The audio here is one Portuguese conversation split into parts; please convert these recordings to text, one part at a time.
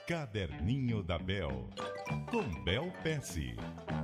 Caderninho da Bel, com Bel Pesce.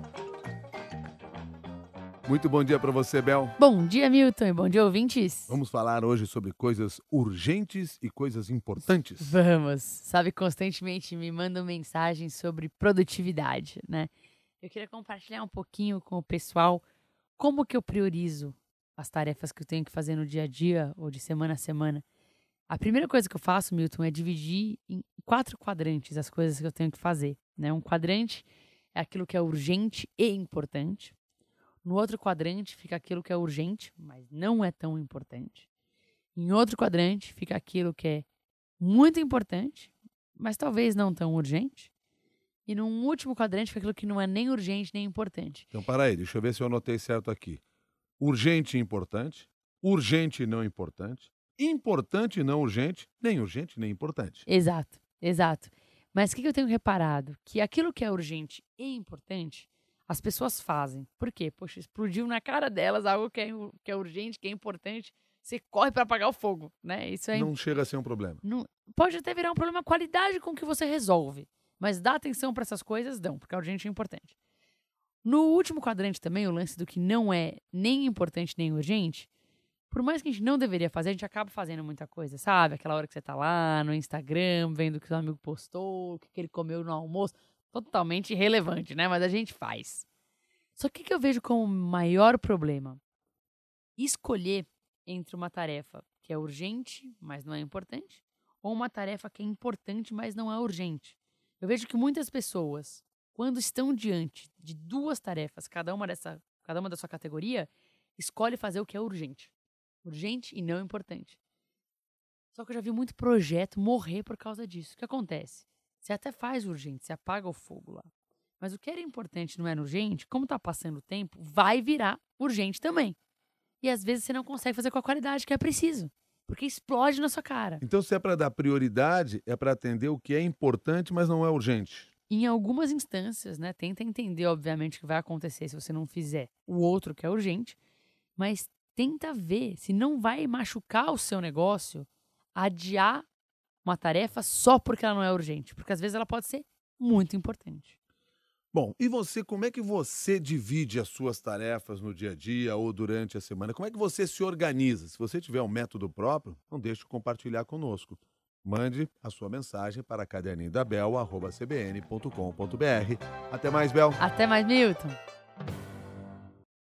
Muito bom dia para você, Bel. Bom dia, Milton, e bom dia, ouvintes. Vamos falar hoje sobre coisas urgentes e coisas importantes. Vamos. Sabe, constantemente me mandam mensagens sobre produtividade, né? Eu queria compartilhar um pouquinho com o pessoal como que eu priorizo as tarefas que eu tenho que fazer no dia a dia ou de semana a semana. A primeira coisa que eu faço, Milton, é dividir em 4 quadrantes as coisas que eu tenho que fazer, né? Um quadrante é aquilo que é urgente e importante. No outro quadrante fica aquilo que é urgente, mas não é tão importante. Em outro quadrante fica aquilo que é muito importante, mas talvez não tão urgente. E num último quadrante fica aquilo que não é nem urgente nem importante. Então, para aí, deixa eu ver se eu anotei certo aqui. Urgente e importante, urgente e não importante, importante e não urgente, nem importante. Exato, exato. Mas o que eu tenho reparado? Que aquilo que é urgente e importante, as pessoas fazem. Por quê? Poxa, explodiu na cara delas algo que é urgente, que é importante. Você corre para apagar o fogo, né? Isso é Não chega a ser um problema. pode até virar um problema qualidade com que você resolve. Mas dá atenção para essas coisas, dão, porque é urgente e importante. No último quadrante também, o lance do que não é nem importante nem urgente, por mais que a gente não deveria fazer, a gente acaba fazendo muita coisa, sabe? Aquela hora que você tá lá no Instagram, vendo o que seu amigo postou, o que ele comeu no almoço. Totalmente irrelevante, né? Mas a gente faz. Só que o que eu vejo como maior problema? Escolher entre uma tarefa que é urgente, mas não é importante, ou uma tarefa que é importante, mas não é urgente. Eu vejo que muitas pessoas, quando estão diante de 2 tarefas, cada uma da sua categoria, escolhe fazer o que é urgente. Urgente e não importante. Só que eu já vi muito projeto morrer por causa disso. O que acontece? Você até faz urgente, você apaga o fogo lá. Mas o que era importante não era urgente, como tá passando o tempo, vai virar urgente também. E às vezes você não consegue fazer com a qualidade que é preciso. Porque explode na sua cara. Então, se é para dar prioridade, é para atender o que é importante, mas não é urgente. Em algumas instâncias, né, tenta entender, obviamente, o que vai acontecer se você não fizer o outro que é urgente, mas tenta ver se não vai machucar o seu negócio adiar uma tarefa só porque ela não é urgente, porque às vezes ela pode ser muito importante. Bom, e você, como é que você divide as suas tarefas no dia a dia ou durante a semana? Como é que você se organiza? Se você tiver um método próprio, não deixe de compartilhar conosco. Mande a sua mensagem para caderninhodabel@cbn.com.br. Até mais, Bel. Até mais, Milton!